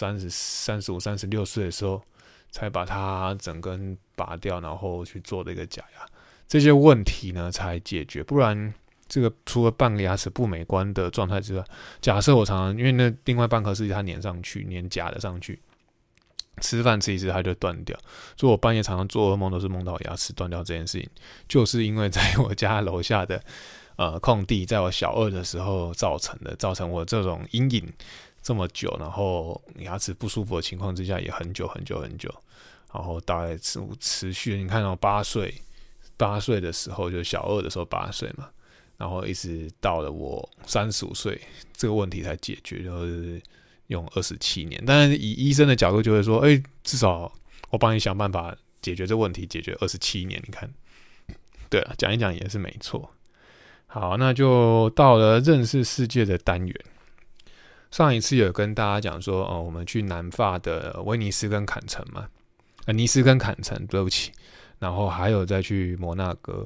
35、36岁的时候才把它整根拔掉，然后去做的一个假牙，这些问题呢才解决，不然这个除了半个牙齿不美观的状态之外，假设我常常因为那另外半颗是它粘上去，粘假的上去。吃饭吃一次它就断掉，所以我半夜常常做噩梦都是梦到牙齿断掉这件事情，就是因为在我家楼下的空地，在我小2的时候造成我这种阴影这么久，然后牙齿不舒服的情况之下也很久，然后大概持续，你看到8岁的时候，就小2的时候8岁嘛，然后一直到了我35岁，这个问题才解决，就是用27年，但是以医生的角度就会说，至少我帮你想办法解决这问题，解决27年，你看，对了，讲一讲也是没错。好，那就到了认识世界的单元。上一次有跟大家讲说，我们去南法的威尼斯跟坎城嘛，尼斯跟坎城，对不起，然后还有再去摩纳哥。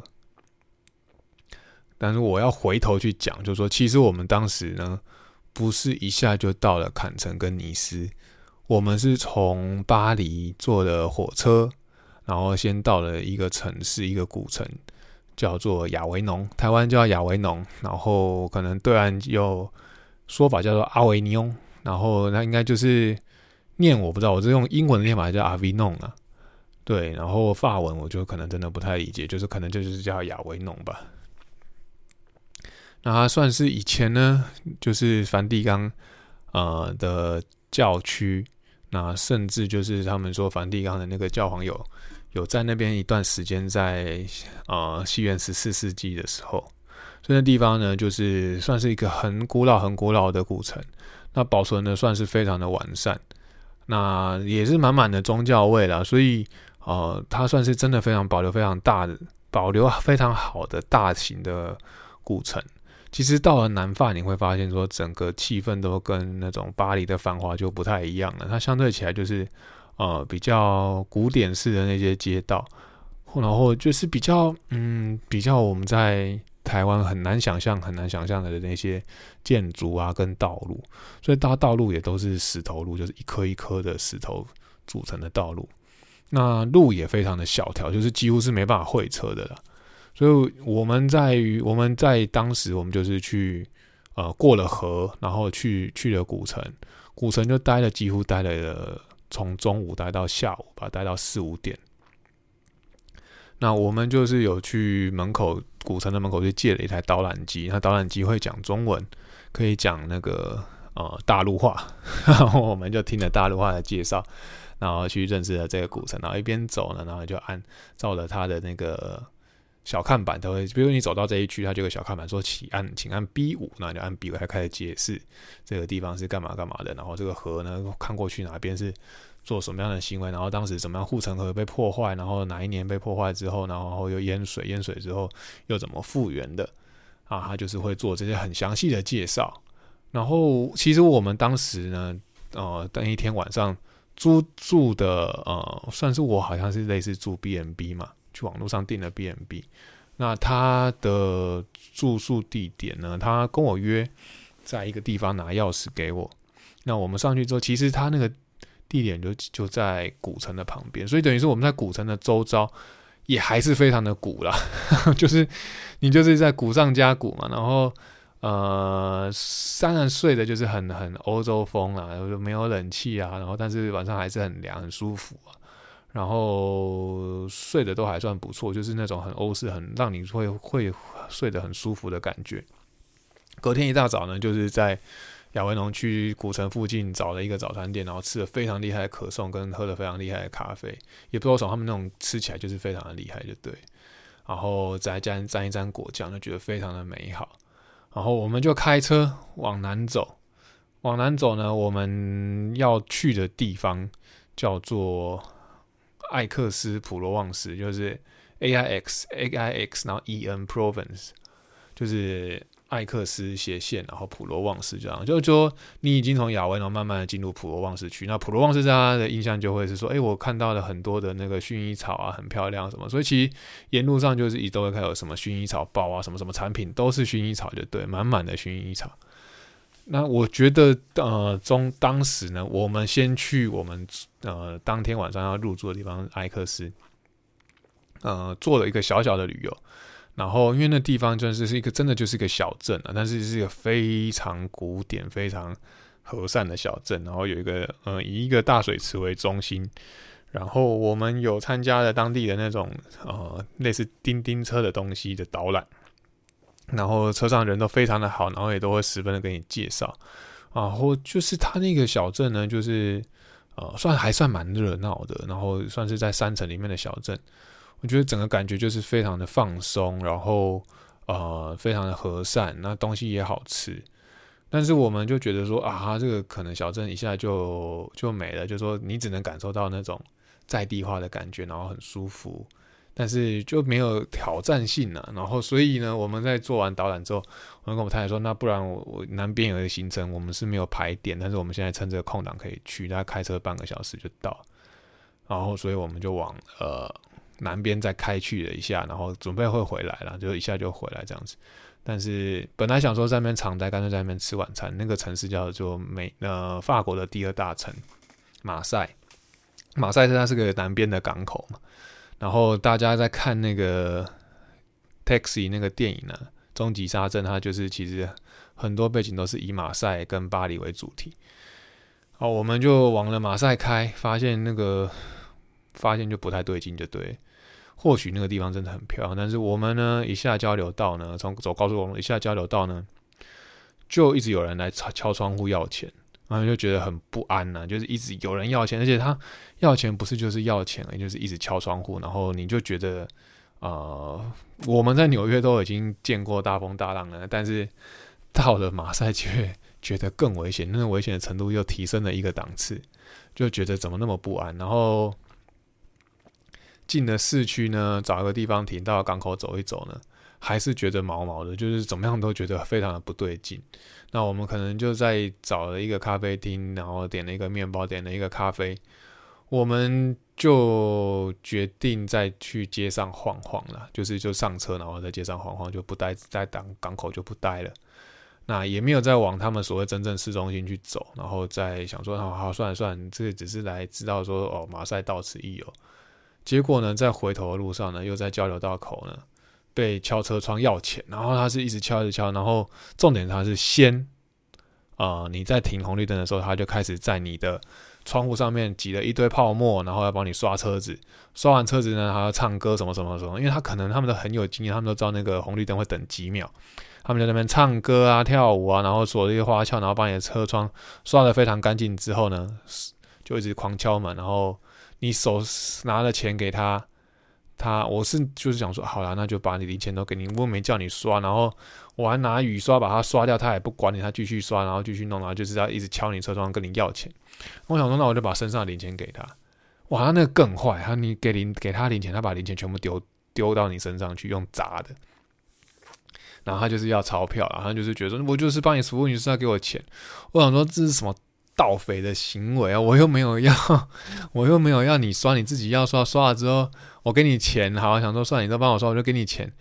但是我要回头去讲，就是说，其实我们当时呢，不是一下就到了坎城跟尼斯，我们是从巴黎坐的火车，然后先到了一个城市，一个古城，叫做亚维农，台湾叫亚维农，然后可能对岸有说法叫做阿维尼翁，然后那应该就是念我不知道，我是用英文的念法叫阿维农啊，对，然后法文我就可能真的不太理解，就是可能就是叫亚维农吧。那它算是以前呢，就是梵蒂冈的教区，那甚至就是他们说梵蒂冈的那个教皇有在那边一段时间，在西元14世纪的时候，所以那地方呢，就是算是一个很古老的古城，那保存的算是非常的完善，那也是满满的宗教味啦，所以它算是真的非常保留非常好的大型的古城。其实到了南法，你会发现说整个气氛都跟那种巴黎的繁华就不太一样了。它相对起来就是比较古典式的那些街道，然后就是比较我们在台湾很难想象的那些建筑啊跟道路，所以道路也都是石头路，就是一颗一颗的石头组成的道路。那路也非常的小条，就是几乎是没办法会车的啦。所以我们在当时，我们就是去过了河，然后去了古城就几乎待了从中午待到下午吧，待到4、5点。那我们就是有去古城的门口去借了一台导览机，那导览机会讲中文，可以讲那个大陆话，然后我们就听了大陆话的介绍，然后去认识了这个古城，然后一边走呢，然后就照了他的那个小看板，都会，比如你走到这一区，它就有个小看板说请按 B5， 那就按 B5， 才开始解释这个地方是干嘛的，然后这个河呢看过去哪边是做什么样的行为，然后当时怎么样护城河被破坏，然后哪一年被破坏之后，然后又淹水之后又怎么复原的啊，他就是会做这些很详细的介绍。然后其实我们当时呢，那一天晚上住的算是我好像是类似住 B&B 嘛。去网络上订了 B&B， 那他的住宿地点呢？他跟我约在一个地方拿钥匙给我。那我们上去之后，其实他那个地点就在古城的旁边，所以等于是我们在古城的周遭也还是非常的古啦，就是你就是在古上加古嘛，然后当然睡的就是很欧洲风啦，没有冷气啊，然后但是晚上还是很凉很舒服啊，然后睡的都还算不错，就是那种很欧式，很让你会睡得很舒服的感觉。隔天一大早呢，就是在亚维农去古城附近找了一个早餐店，然后吃了非常厉害的可颂，跟喝了非常厉害的咖啡，也不知道为什么他们那种吃起来就是非常的厉害，就对。然后再沾一沾果酱，就觉得非常的美好。然后我们就开车往南走，往南走呢，我们要去的地方叫做艾克斯普罗旺斯，就是 AIX， 然后 EN Provence， 就是艾克斯斜线，然后普罗旺斯这样，就是说你已经从亚维农慢慢的进入普罗旺斯区，那普罗旺斯大家的印象就会是说，我看到了很多的那个薰衣草啊，很漂亮什么，所以其实沿路上就是都会看有什么薰衣草包啊，什么什么产品都是薰衣草，就对，满满的薰衣草。那我觉得当时呢，我们先去我们当天晚上要入住的地方艾克斯，做了一个小小的旅游。然后因为那地方真的就是一个小镇啊，但是是一个非常古典、非常和善的小镇。然后有一个以一个大水池为中心，然后我们有参加了当地的那种类似叮叮车的东西的导览，然后车上人都非常的好，然后也都会十分的跟你介绍。然后就是他那个小镇呢，就是还算蛮热闹的，然后算是在山城里面的小镇。我觉得整个感觉就是非常的放松，然后非常的和善，那东西也好吃。但是我们就觉得说这个可能小镇一下就没了，就说你只能感受到那种在地化的感觉，然后很舒服，但是就没有挑战性啊。然后所以呢，我们在做完导览之后，我跟我太太说，那不然我南边有一个行程，我们是没有排点，但是我们现在趁这个空档可以去，大概开车半个小时就到。然后所以我们就往南边再开去了一下，然后准备会回来了，就一下就回来这样子。但是本来想说在那边长待，干脆在那边吃晚餐。那个城市叫做法国的第二大城马赛。马赛它是个南边的港口嘛。然后大家在看那个 Taxi 那个电影呢，终极杀阵，它就是其实很多背景都是以马赛跟巴黎为主题。好，我们就往了马赛开，发现就不太对劲，就对。或许那个地方真的很漂亮，但是我们呢一下交流道呢，从走高速公路一下交流道呢，就一直有人来敲窗户要钱，然后就觉得很不安啊，就是一直有人要钱，而且他要钱不是就是要钱而已，就是一直敲窗户，然后你就觉得我们在纽约都已经见过大风大浪了，但是到了马赛却觉得更危险，那个危险的程度又提升了一个档次，就觉得怎么那么不安，然后进了市区呢，找一个地方停到港口走一走呢，还是觉得毛毛的，就是怎么样都觉得非常的不对劲。那我们可能就在找了一个咖啡厅，然后点了一个面包，点了一个咖啡，我们就决定再去街上晃晃了，就上车，然后在街上晃晃，就不待在港口就不待了。那也没有再往他们所谓真正市中心去走，然后再想说好算了，这只是来知道说马赛到此一游。结果呢，在回头的路上呢，又在交流道口呢被敲车窗要钱，然后他是一直敲，然后重点他是先你在停红绿灯的时候，他就开始在你的窗户上面挤了一堆泡沫，然后要帮你刷车子，刷完车子呢还要唱歌什么什么什么，因为他们都很有经验，他们都知道那个红绿灯会等几秒，他们在那边唱歌啊、跳舞啊，然后锁了一个花俏，然后把你的车窗刷得非常干净之后呢，就一直狂敲门，然后你手拿了钱给他，我就是想说，好啦，那就把你零钱都给你，我没叫你刷，然后我还拿雨刷把它刷掉，他也不管你，他继续刷，然后继续弄，然后就是要一直敲你车窗跟你要钱。我想说，那我就把身上的零钱给他。哇，他那个更坏，你给他零钱，他把零钱全部丢到你身上去，用砸的。然后他就是要钞票，然后他就是觉得说，我就是帮你服务，你就是要给我钱。我想说，这是什么盗匪的行为啊！我又没有要你刷，你自己要刷，刷了之后我给你钱，好，想说算你都帮我刷，我就给你钱。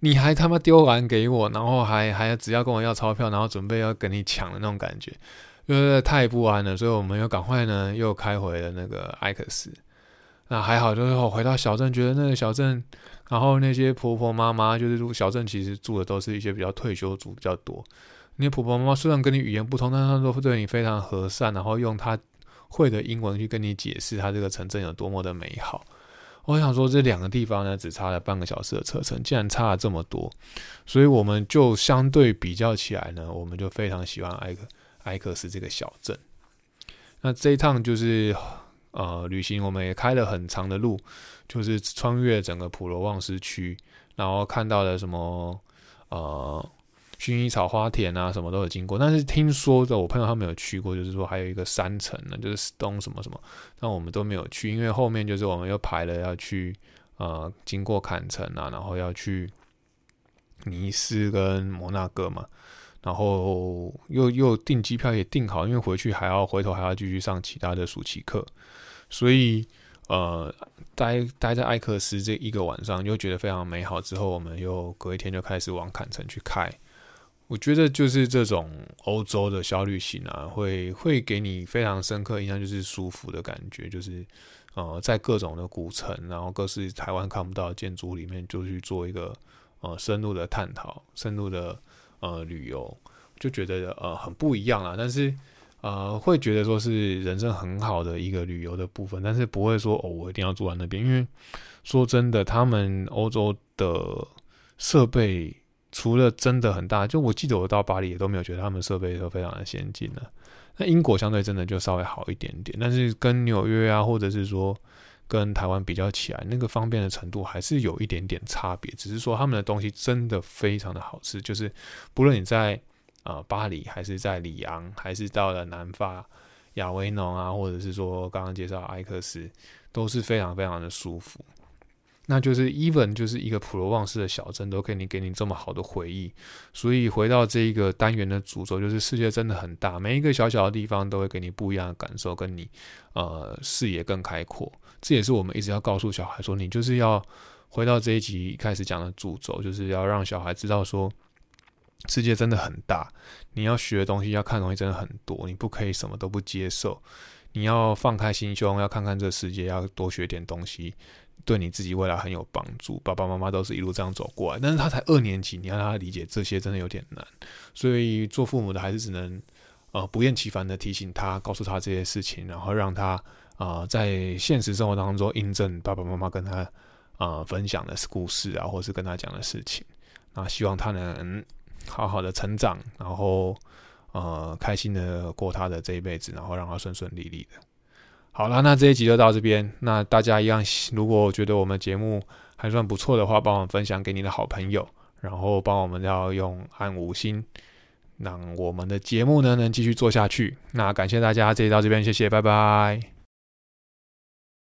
你还他妈丢篮给我，然后还只要跟我要钞票，然后准备要跟你抢的那种感觉，就是太不安了。所以我们又赶快呢又开回了那个艾克斯。那还好，就是我回到小镇，觉得那个小镇，然后那些婆婆妈妈，就是小镇其实住的都是一些比较退休族比较多。那些婆婆妈妈虽然跟你语言不通，但他们都对你非常和善，然后用他会的英文去跟你解释他这个城镇有多么的美好。我想说，这两个地方呢，只差了半个小时的车程，竟然差了这么多，所以我们就相对比较起来呢，我们就非常喜欢艾克斯这个小镇。那这一趟就是旅行，我们也开了很长的路，就是穿越整个普罗旺斯区，然后看到了什么薰衣草花田啊，什么都有经过。但是听说的，我朋友他们有去过，就是说还有一个山城呢，就是 Stone 什么什么，但我们都没有去，因为后面就是我们又排了要去经过坎城啊，然后要去尼斯跟摩纳哥嘛。然后又订机票也订好，因为回头还要继续上其他的暑期课，所以待在艾克斯这一个晚上就觉得非常美好。之后我们又隔一天就开始往坎城去开。我觉得就是这种欧洲的小旅行啊，会给你非常深刻印象，就是舒服的感觉，就是在各种的古城，然后各式台湾看不到的建筑里面，就去做一个深入的探讨，深入的旅游，就觉得很不一样啦。但是会觉得说是人生很好的一个旅游的部分，但是不会说我一定要住在那边，因为说真的，他们欧洲的设备除了真的很大，就我记得我到巴黎也都没有觉得他们设备都非常的先进了。那英国相对真的就稍微好一点点，但是跟纽约啊，或者是说跟台湾比较起来，那个方便的程度还是有一点点差别。只是说他们的东西真的非常的好吃，就是不论你在巴黎，还是在里昂，还是到了南法亚维农啊，或者是说刚刚介绍艾克斯，都是非常非常的舒服。那就是 even 就是一个普罗旺斯的小镇都可以给你这么好的回忆。所以回到这一个单元的主轴，就是世界真的很大，每一个小小的地方都会给你不一样的感受，跟你视野更开阔。这也是我们一直要告诉小孩说，你就是要回到这一集一开始讲的主轴，就是要让小孩知道说世界真的很大，你要学的东西要看的东西真的很多，你不可以什么都不接受，你要放开心胸，要看看这个世界，要多学点东西，对你自己未来很有帮助。爸爸妈妈都是一路这样走过来，但是他才2年级，你要让他理解这些真的有点难，所以做父母的还是只能不厌其烦的提醒他，告诉他这些事情，然后让他在现实生活当中印证爸爸妈妈跟他分享的故事啊，或是跟他讲的事情。那希望他能好好的成长，然后开心的过他的这一辈子，然后让他顺顺利利的。好啦，那这一集就到这边。那大家一样，如果觉得我们节目还算不错的话，帮我们分享给你的好朋友，然后帮我们要按5星，让我们的节目呢能继续做下去。那感谢大家，这一集到这边，谢谢，拜拜。